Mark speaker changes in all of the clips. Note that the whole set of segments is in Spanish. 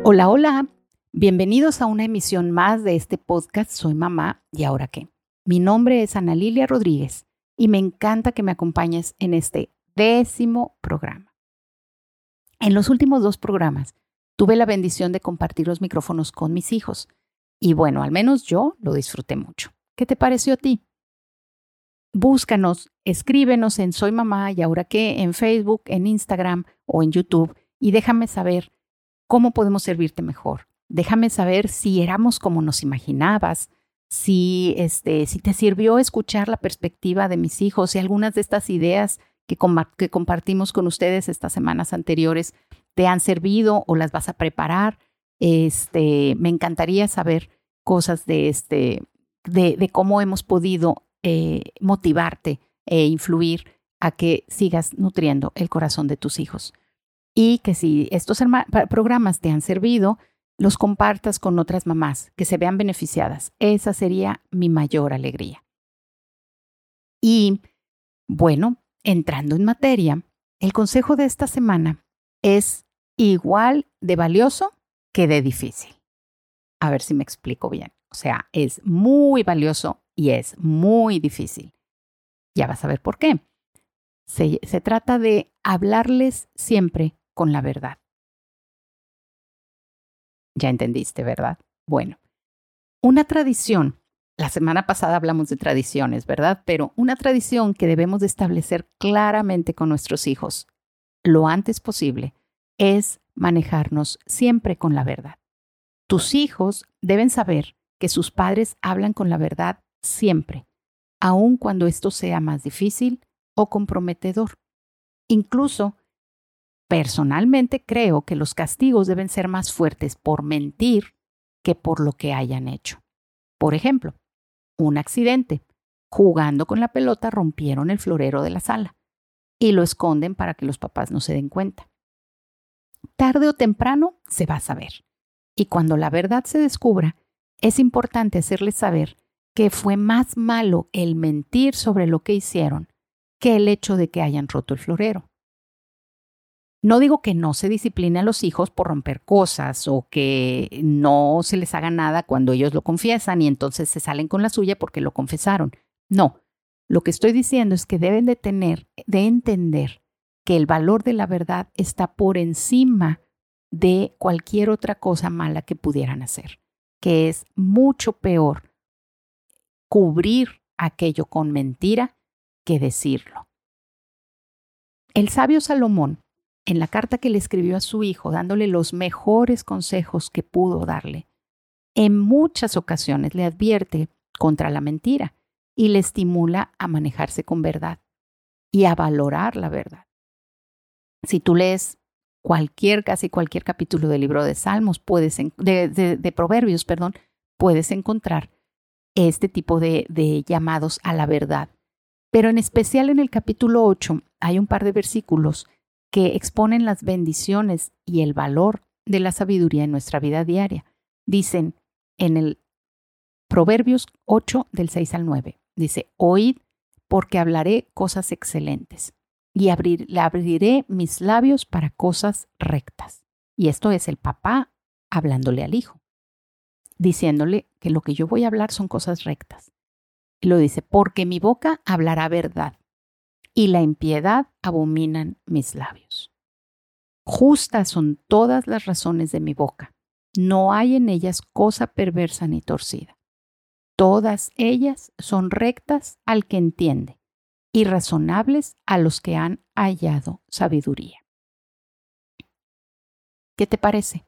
Speaker 1: Hola, hola. Bienvenidos a una emisión más de este podcast Soy Mamá y Ahora qué. Mi nombre es Ana Lilia Rodríguez y me encanta que me acompañes en este 10º programa. En los últimos 2 programas tuve la bendición de compartir los micrófonos con mis hijos y bueno, al menos yo lo disfruté mucho. ¿Qué te pareció a ti? Búscanos, escríbenos en Soy Mamá y Ahora qué en Facebook, en Instagram o en YouTube y déjame saber cómo podemos servirte mejor. Déjame saber si éramos como nos imaginabas, si te sirvió escuchar la perspectiva de mis hijos, si algunas de estas ideas que compartimos con ustedes estas semanas anteriores te han servido o las vas a preparar. Me encantaría saber cosas de cómo hemos podido motivarte e influir a que sigas nutriendo el corazón de tus hijos. Y que si estos programas te han servido, los compartas con otras mamás que se vean beneficiadas. Esa sería mi mayor alegría. Y bueno, entrando en materia, el consejo de esta semana es igual de valioso que de difícil. A ver si me explico bien. O sea, es muy valioso y es muy difícil. Ya vas a ver por qué. Se trata de hablarles siempre con la verdad. Ya entendiste, ¿verdad? Bueno, una tradición, la semana pasada hablamos de tradiciones, ¿verdad? Pero una tradición que debemos de establecer claramente con nuestros hijos lo antes posible es manejarnos siempre con la verdad. Tus hijos deben saber que sus padres hablan con la verdad siempre, aun cuando esto sea más difícil o comprometedor. Incluso, personalmente creo que los castigos deben ser más fuertes por mentir que por lo que hayan hecho. Por ejemplo, un accidente. Jugando con la pelota rompieron el florero de la sala y lo esconden para que los papás no se den cuenta. Tarde o temprano se va a saber. Y cuando la verdad se descubra, es importante hacerles saber que fue más malo el mentir sobre lo que hicieron que el hecho de que hayan roto el florero. No digo que no se discipline a los hijos por romper cosas o que no se les haga nada cuando ellos lo confiesan y entonces se salen con la suya porque lo confesaron. No, lo que estoy diciendo es que deben de entender que el valor de la verdad está por encima de cualquier otra cosa mala que pudieran hacer, que es mucho peor cubrir aquello con mentira que decirlo. El sabio Salomón, en la carta que le escribió a su hijo, dándole los mejores consejos que pudo darle, en muchas ocasiones le advierte contra la mentira y le estimula a manejarse con verdad y a valorar la verdad. Si tú lees casi cualquier capítulo del libro de Salmos, de Proverbios, puedes encontrar este tipo de llamados a la verdad. Pero en especial en el capítulo 8 hay un par de versículos que exponen las bendiciones y el valor de la sabiduría en nuestra vida diaria. Dicen en el Proverbios 8 del 6 al 9, dice, oíd porque hablaré cosas excelentes y le abriré mis labios para cosas rectas. Y esto es el papá hablándole al hijo, diciéndole que lo que yo voy a hablar son cosas rectas. Y lo dice, porque mi boca hablará verdad y la impiedad abominan mis labios. Justas son todas las razones de mi boca. No hay en ellas cosa perversa ni torcida. Todas ellas son rectas al que entiende y razonables a los que han hallado sabiduría. ¿Qué te parece?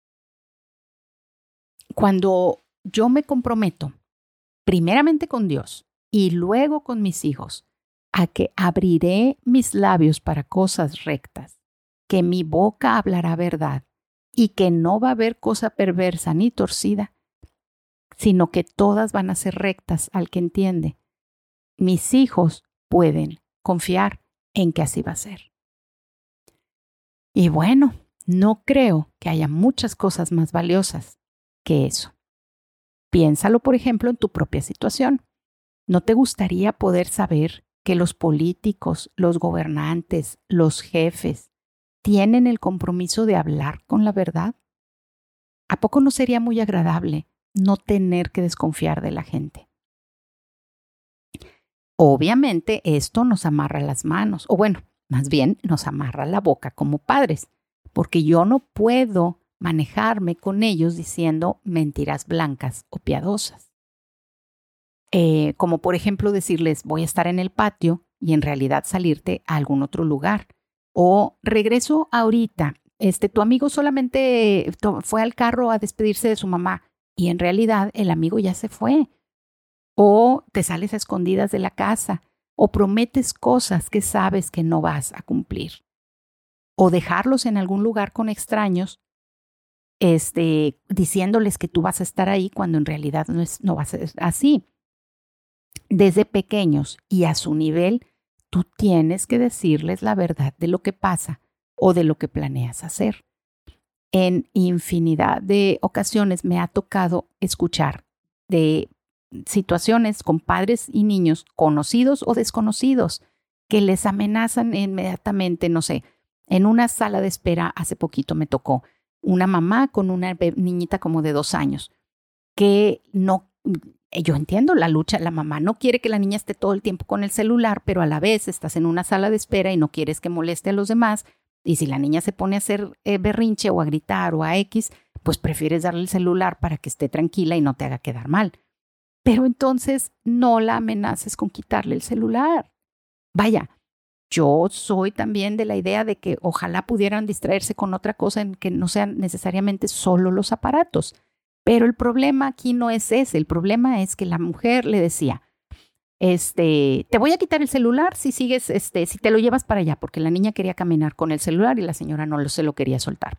Speaker 1: Cuando yo me comprometo, primeramente con Dios y luego con mis hijos, a que abriré mis labios para cosas rectas, que mi boca hablará verdad y que no va a haber cosa perversa ni torcida, sino que todas van a ser rectas al que entiende. Mis hijos pueden confiar en que así va a ser. Y bueno, no creo que haya muchas cosas más valiosas que eso. Piénsalo, por ejemplo, en tu propia situación. ¿No te gustaría poder saber que los políticos, los gobernantes, los jefes tienen el compromiso de hablar con la verdad? ¿A poco no sería muy agradable no tener que desconfiar de la gente? Obviamente esto nos amarra las manos, o bueno, más bien nos amarra la boca como padres, porque yo no puedo manejarme con ellos diciendo mentiras blancas o piadosas. Como por ejemplo decirles voy a estar en el patio y en realidad salirte a algún otro lugar. O regreso ahorita, tu amigo solamente fue al carro a despedirse de su mamá y en realidad el amigo ya se fue. O te sales a escondidas de la casa o prometes cosas que sabes que no vas a cumplir. O dejarlos en algún lugar con extraños diciéndoles que tú vas a estar ahí cuando en realidad no va a ser así. Desde pequeños y a su nivel, tú tienes que decirles la verdad de lo que pasa o de lo que planeas hacer. En infinidad de ocasiones me ha tocado escuchar de situaciones con padres y niños conocidos o desconocidos que les amenazan inmediatamente, no sé, en una sala de espera hace poquito me tocó una mamá con una niñita como de 2 años que no, yo entiendo la lucha, la mamá no quiere que la niña esté todo el tiempo con el celular, pero a la vez estás en una sala de espera y no quieres que moleste a los demás. Y si la niña se pone a hacer berrinche o a gritar o a X, pues prefieres darle el celular para que esté tranquila y no te haga quedar mal. Pero entonces no la amenaces con quitarle el celular. Vaya, yo soy también de la idea de que ojalá pudieran distraerse con otra cosa en que no sean necesariamente solo los aparatos. Pero el problema aquí no es ese. El problema es que la mujer le decía, te voy a quitar el celular si sigues, si te lo llevas para allá, porque la niña quería caminar con el celular y la señora no se lo quería soltar.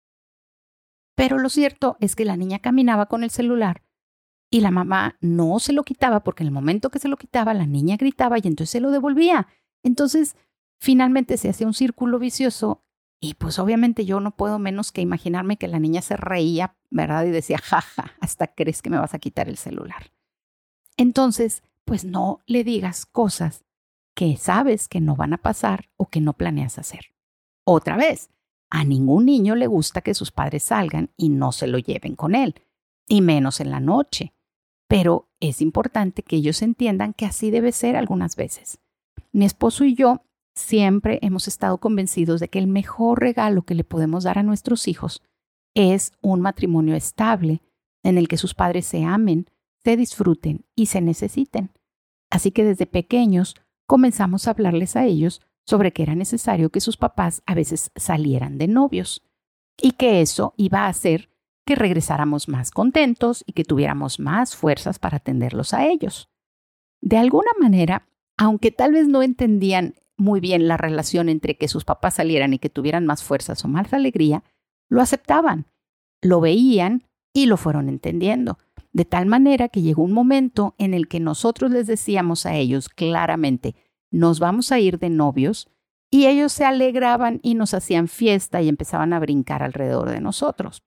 Speaker 1: Pero lo cierto es que la niña caminaba con el celular y la mamá no se lo quitaba porque en el momento que se lo quitaba, la niña gritaba y entonces se lo devolvía. Entonces, finalmente se hacía un círculo vicioso y pues obviamente yo no puedo menos que imaginarme que la niña se reía, ¿verdad? Y decía, jaja, hasta crees que me vas a quitar el celular. Entonces, pues no le digas cosas que sabes que no van a pasar o que no planeas hacer. Otra vez, a ningún niño le gusta que sus padres salgan y no se lo lleven con él, y menos en la noche. Pero es importante que ellos entiendan que así debe ser algunas veces. Mi esposo y yo siempre hemos estado convencidos de que el mejor regalo que le podemos dar a nuestros hijos es un matrimonio estable en el que sus padres se amen, se disfruten y se necesiten. Así que desde pequeños comenzamos a hablarles a ellos sobre que era necesario que sus papás a veces salieran de novios y que eso iba a hacer que regresáramos más contentos y que tuviéramos más fuerzas para atenderlos a ellos. De alguna manera, aunque tal vez no entendían muy bien la relación entre que sus papás salieran y que tuvieran más fuerzas o más alegría, lo aceptaban, lo veían y lo fueron entendiendo. De tal manera que llegó un momento en el que nosotros les decíamos a ellos claramente, nos vamos a ir de novios, y ellos se alegraban y nos hacían fiesta y empezaban a brincar alrededor de nosotros.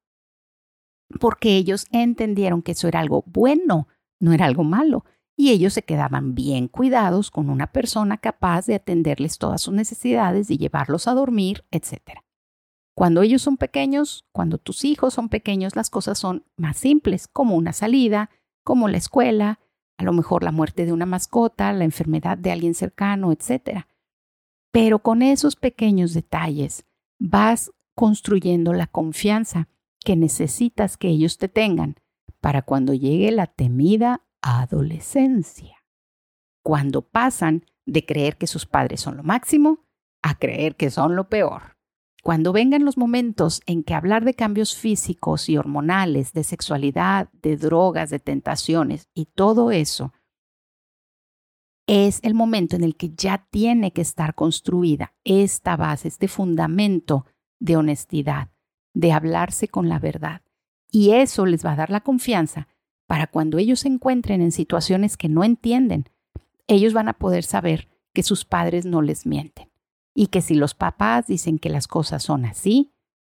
Speaker 1: Porque ellos entendieron que eso era algo bueno, no era algo malo, y ellos se quedaban bien cuidados con una persona capaz de atenderles todas sus necesidades, de llevarlos a dormir, etc. Cuando ellos son pequeños, cuando tus hijos son pequeños, las cosas son más simples, como una salida, como la escuela, a lo mejor la muerte de una mascota, la enfermedad de alguien cercano, etc. Pero con esos pequeños detalles vas construyendo la confianza que necesitas que ellos te tengan para cuando llegue la temida adolescencia. Cuando pasan de creer que sus padres son lo máximo a creer que son lo peor. Cuando vengan los momentos en que hablar de cambios físicos y hormonales, de sexualidad, de drogas, de tentaciones y todo eso, es el momento en el que ya tiene que estar construida esta base, este fundamento de honestidad, de hablarse con la verdad. Y eso les va a dar la confianza para cuando ellos se encuentren en situaciones que no entienden, ellos van a poder saber que sus padres no les mienten. Y que si los papás dicen que las cosas son así,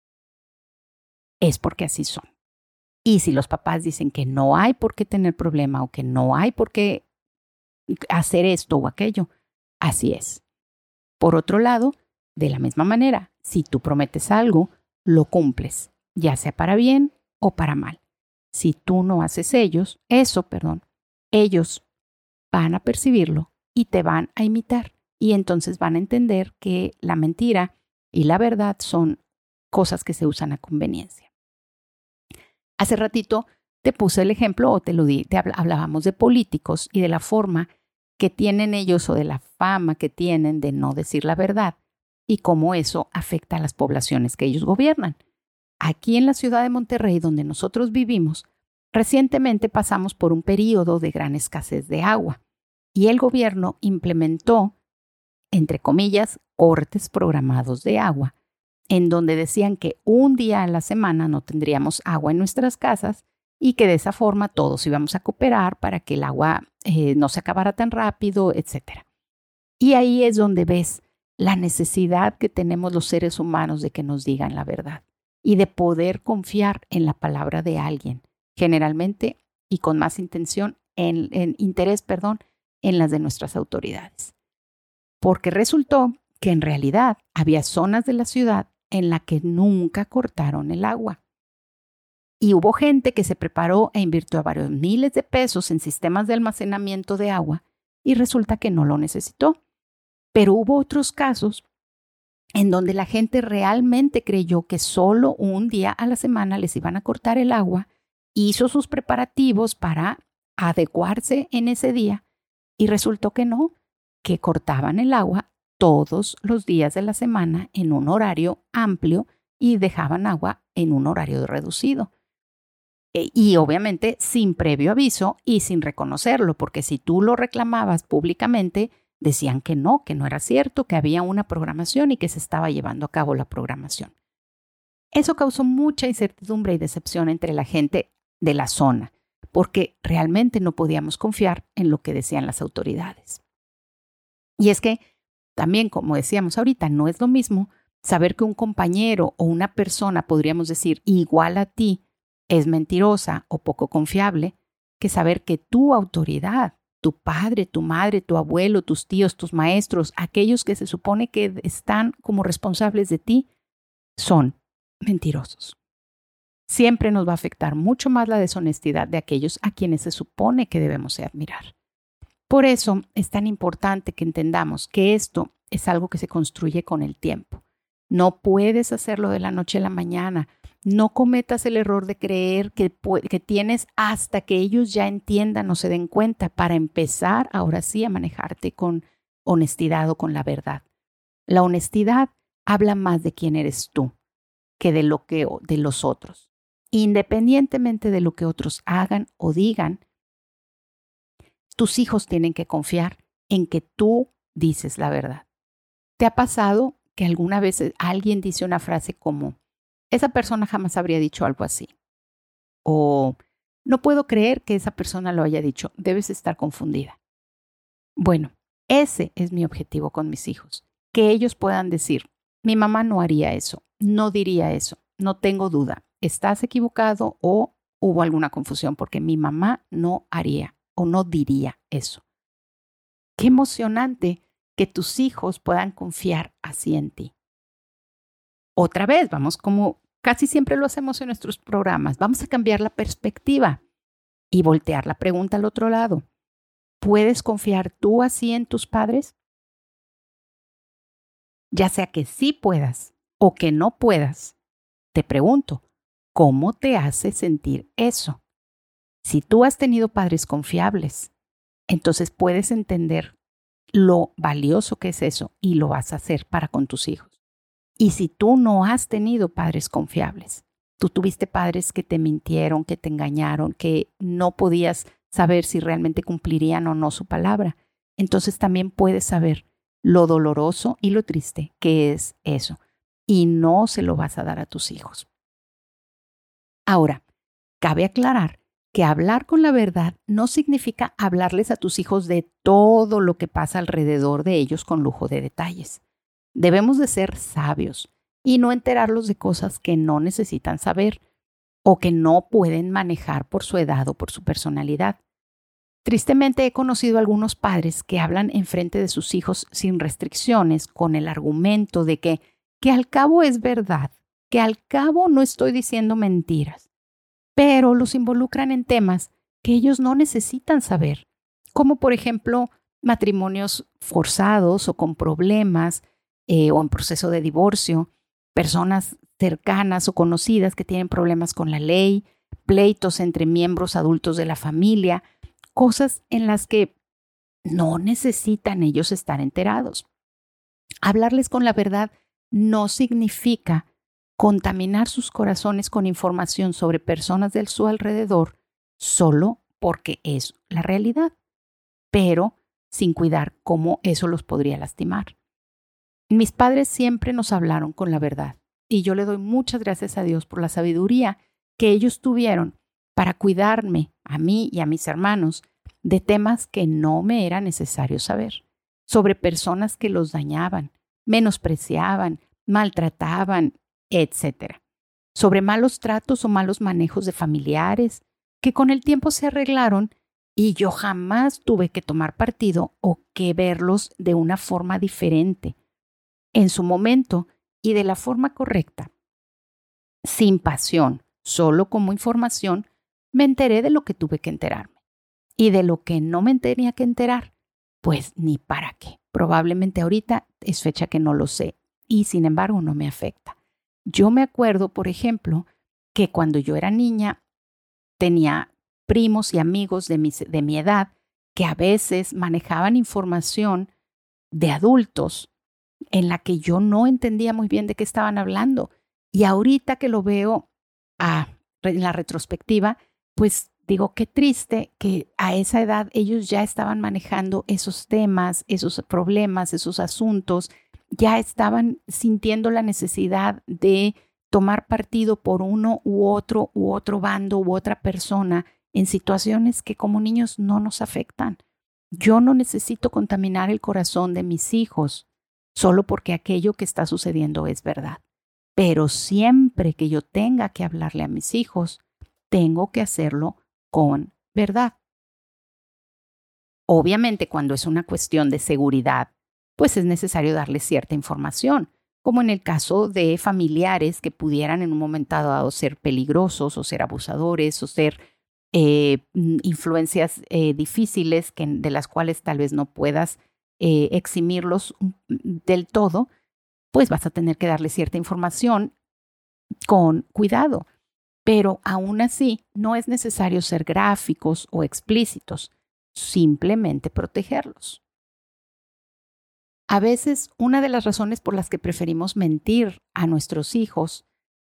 Speaker 1: es porque así son. Y si los papás dicen que no hay por qué tener problema o que no hay por qué hacer esto o aquello, así es. Por otro lado, de la misma manera, si tú prometes algo, lo cumples, ya sea para bien o para mal. Si tú no haces eso, ellos van a percibirlo y te van a imitar. Y entonces van a entender que la mentira y la verdad son cosas que se usan a conveniencia. Hace ratito te puse el ejemplo o te lo di, hablábamos de políticos y de la forma que tienen ellos o de la fama que tienen de no decir la verdad y cómo eso afecta a las poblaciones que ellos gobiernan. Aquí en la ciudad de Monterrey, donde nosotros vivimos, recientemente pasamos por un periodo de gran escasez de agua y el gobierno implementó, entre comillas, cortes programados de agua, en donde decían que un día a la semana no tendríamos agua en nuestras casas y que de esa forma todos íbamos a cooperar para que el agua no se acabara tan rápido, etc. Y ahí es donde ves la necesidad que tenemos los seres humanos de que nos digan la verdad y de poder confiar en la palabra de alguien, generalmente y con más intención, interés, en las de nuestras autoridades. Porque resultó que en realidad había zonas de la ciudad en la que nunca cortaron el agua. Y hubo gente que se preparó e invirtió varios miles de pesos en sistemas de almacenamiento de agua y resulta que no lo necesitó. Pero hubo otros casos en donde la gente realmente creyó que solo un día a la semana les iban a cortar el agua, hizo sus preparativos para adecuarse en ese día y resultó que no, que cortaban el agua todos los días de la semana en un horario amplio y dejaban agua en un horario reducido. Y obviamente sin previo aviso y sin reconocerlo, porque si tú lo reclamabas públicamente, decían que no era cierto, que había una programación y que se estaba llevando a cabo la programación. Eso causó mucha incertidumbre y decepción entre la gente de la zona, porque realmente no podíamos confiar en lo que decían las autoridades. Y es que también, como decíamos ahorita, no es lo mismo saber que un compañero o una persona, podríamos decir, igual a ti, es mentirosa o poco confiable, que saber que tu autoridad, tu padre, tu madre, tu abuelo, tus tíos, tus maestros, aquellos que se supone que están como responsables de ti, son mentirosos. Siempre nos va a afectar mucho más la deshonestidad de aquellos a quienes se supone que debemos de admirar. Por eso es tan importante que entendamos que esto es algo que se construye con el tiempo. No puedes hacerlo de la noche a la mañana. No cometas el error de creer que tienes hasta que ellos ya entiendan o se den cuenta para empezar ahora sí a manejarte con honestidad o con la verdad. La honestidad habla más de quién eres tú que de los otros. Independientemente de lo que otros hagan o digan, tus hijos tienen que confiar en que tú dices la verdad. ¿Te ha pasado que alguna vez alguien dice una frase como, esa persona jamás habría dicho algo así? O, no puedo creer que esa persona lo haya dicho, debes estar confundida. Bueno, ese es mi objetivo con mis hijos, que ellos puedan decir, mi mamá no haría eso, no diría eso, no tengo duda, estás equivocado o hubo alguna confusión porque mi mamá no haría o no diría eso. Qué emocionante que tus hijos puedan confiar así en ti. Otra vez, vamos como casi siempre lo hacemos en nuestros programas, vamos a cambiar la perspectiva y voltear la pregunta al otro lado. ¿Puedes confiar tú así en tus padres? Ya sea que sí puedas o que no puedas, te pregunto, ¿cómo te hace sentir eso? Si tú has tenido padres confiables, entonces puedes entender lo valioso que es eso y lo vas a hacer para con tus hijos. Y si tú no has tenido padres confiables, tú tuviste padres que te mintieron, que te engañaron, que no podías saber si realmente cumplirían o no su palabra, entonces también puedes saber lo doloroso y lo triste que es eso. Y no se lo vas a dar a tus hijos. Ahora, cabe aclarar que hablar con la verdad no significa hablarles a tus hijos de todo lo que pasa alrededor de ellos con lujo de detalles. Debemos de ser sabios y no enterarlos de cosas que no necesitan saber o que no pueden manejar por su edad o por su personalidad. Tristemente he conocido a algunos padres que hablan enfrente de sus hijos sin restricciones con el argumento de que al cabo es verdad, que al cabo no estoy diciendo mentiras. pero los involucran en temas que ellos no necesitan saber, como por ejemplo matrimonios forzados o con problemas o en proceso de divorcio, personas cercanas o conocidas que tienen problemas con la ley, pleitos entre miembros adultos de la familia, cosas en las que no necesitan ellos estar enterados. Hablarles con la verdad no significa contaminar sus corazones con información sobre personas de su alrededor solo porque es la realidad, pero sin cuidar cómo eso los podría lastimar. Mis padres siempre nos hablaron con la verdad y yo le doy muchas gracias a Dios por la sabiduría que ellos tuvieron para cuidarme, a mí y a mis hermanos, de temas que no me era necesario saber, sobre personas que los dañaban, menospreciaban, maltrataban, etcétera, sobre malos tratos o malos manejos de familiares que con el tiempo se arreglaron y yo jamás tuve que tomar partido o que verlos de una forma diferente, en su momento y de la forma correcta. Sin pasión, solo como información, me enteré de lo que tuve que enterarme. Y de lo que no me tenía que enterar, pues ni para qué. Probablemente ahorita es fecha que no lo sé y sin embargo no me afecta. Yo me acuerdo, por ejemplo, que cuando yo era niña tenía primos y amigos de mi edad que a veces manejaban información de adultos en la que yo no entendía muy bien de qué estaban hablando. Y ahorita que lo veo en la retrospectiva, pues digo, qué triste que a esa edad ellos ya estaban manejando esos temas, esos problemas, esos asuntos, ya estaban sintiendo la necesidad de tomar partido por uno u otro bando u otra persona en situaciones que como niños no nos afectan. Yo no necesito contaminar el corazón de mis hijos solo porque aquello que está sucediendo es verdad. Pero siempre que yo tenga que hablarle a mis hijos, tengo que hacerlo con verdad. Obviamente, cuando es una cuestión de seguridad, pues es necesario darle cierta información, como en el caso de familiares que pudieran en un momento dado ser peligrosos o ser abusadores o ser influencias difíciles de las cuales tal vez no puedas eximirlos del todo, pues vas a tener que darle cierta información con cuidado. Pero aún así, no es necesario ser gráficos o explícitos, simplemente protegerlos. A veces, una de las razones por las que preferimos mentir a nuestros hijos,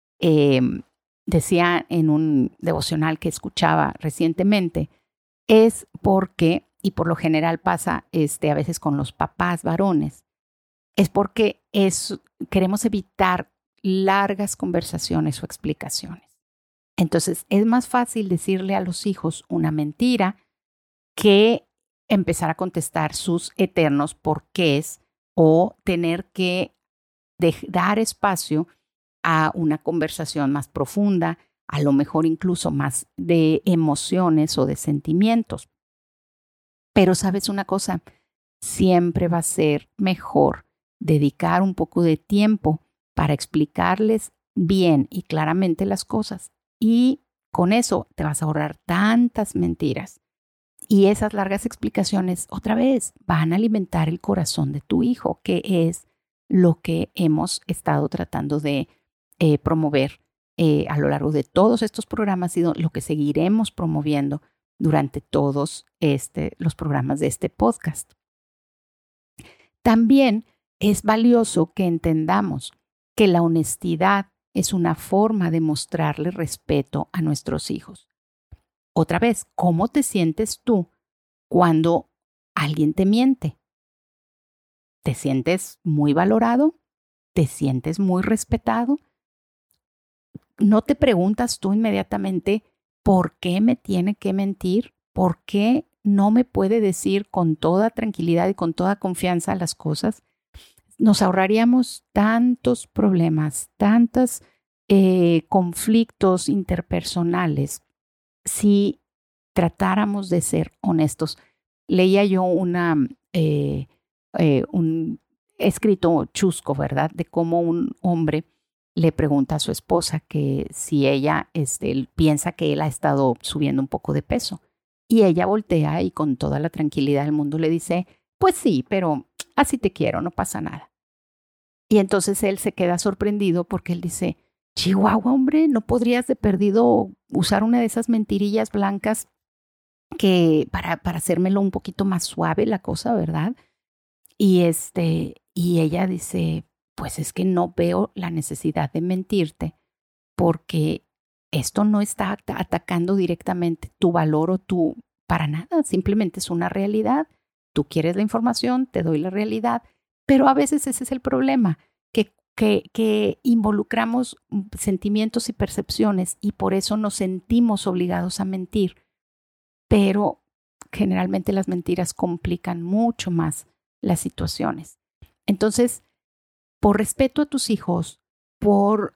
Speaker 1: decía en un devocional que escuchaba recientemente, es porque, y por lo general pasa a veces con los papás varones, es porque queremos evitar largas conversaciones o explicaciones. Entonces, es más fácil decirle a los hijos una mentira que empezar a contestar sus eternos porqués o tener que dar espacio a una conversación más profunda, a lo mejor incluso más de emociones o de sentimientos. Pero sabes una cosa, siempre va a ser mejor dedicar un poco de tiempo para explicarles bien y claramente las cosas. Y con eso te vas a ahorrar tantas mentiras. Y esas largas explicaciones, otra vez, van a alimentar el corazón de tu hijo, que es lo que hemos estado tratando de promover a lo largo de todos estos programas y lo que seguiremos promoviendo durante todos los programas de este podcast. También es valioso que entendamos que la honestidad es una forma de mostrarle respeto a nuestros hijos. Otra vez, ¿cómo te sientes tú cuando alguien te miente? ¿Te sientes muy valorado? ¿Te sientes muy respetado? ¿No te preguntas tú inmediatamente por qué me tiene que mentir? ¿Por qué no me puede decir con toda tranquilidad y con toda confianza las cosas? Nos ahorraríamos tantos problemas, tantos conflictos interpersonales si tratáramos de ser honestos. Leía yo un escrito chusco, ¿verdad? De cómo un hombre le pregunta a su esposa que si ella piensa que él ha estado subiendo un poco de peso. Y ella voltea y con toda la tranquilidad del mundo le dice, pues sí, pero así te quiero, no pasa nada. Y entonces él se queda sorprendido porque él dice, Chihuahua, hombre, ¿no podrías de perdido usar una de esas mentirillas blancas que para hacérmelo un poquito más suave la cosa, ¿verdad? Y ella dice, pues es que no veo la necesidad de mentirte porque esto no está atacando directamente tu valor o para nada, simplemente es una realidad. Tú quieres la información, te doy la realidad, pero a veces ese es el problema, que involucramos sentimientos y percepciones y por eso nos sentimos obligados a mentir, pero generalmente las mentiras complican mucho más las situaciones. Entonces, por respeto a tus hijos, por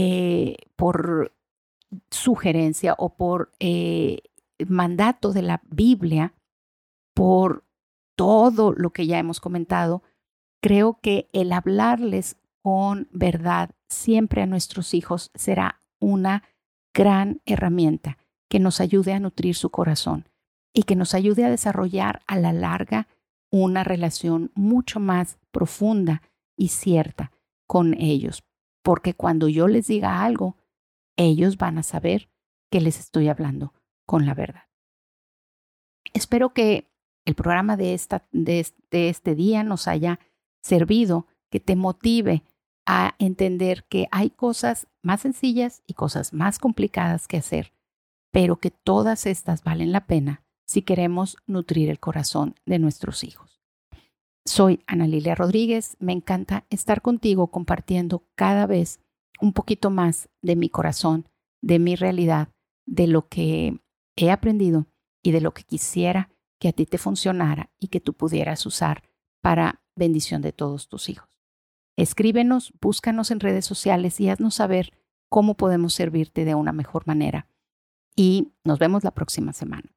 Speaker 1: sugerencia o por mandato de la Biblia, por todo lo que ya hemos comentado, creo que el hablarles con verdad siempre a nuestros hijos será una gran herramienta que nos ayude a nutrir su corazón y que nos ayude a desarrollar a la larga una relación mucho más profunda y cierta con ellos. Porque cuando yo les diga algo, ellos van a saber que les estoy hablando con la verdad. Espero que el programa de este día nos haya servido, que te motive a entender que hay cosas más sencillas y cosas más complicadas que hacer, pero que todas estas valen la pena si queremos nutrir el corazón de nuestros hijos. Soy Ana Lilia Rodríguez, me encanta estar contigo compartiendo cada vez un poquito más de mi corazón, de mi realidad, de lo que he aprendido y de lo que quisiera que a ti te funcionara y que tú pudieras usar para bendición de todos tus hijos. Escríbenos, búscanos en redes sociales y haznos saber cómo podemos servirte de una mejor manera. Y nos vemos la próxima semana.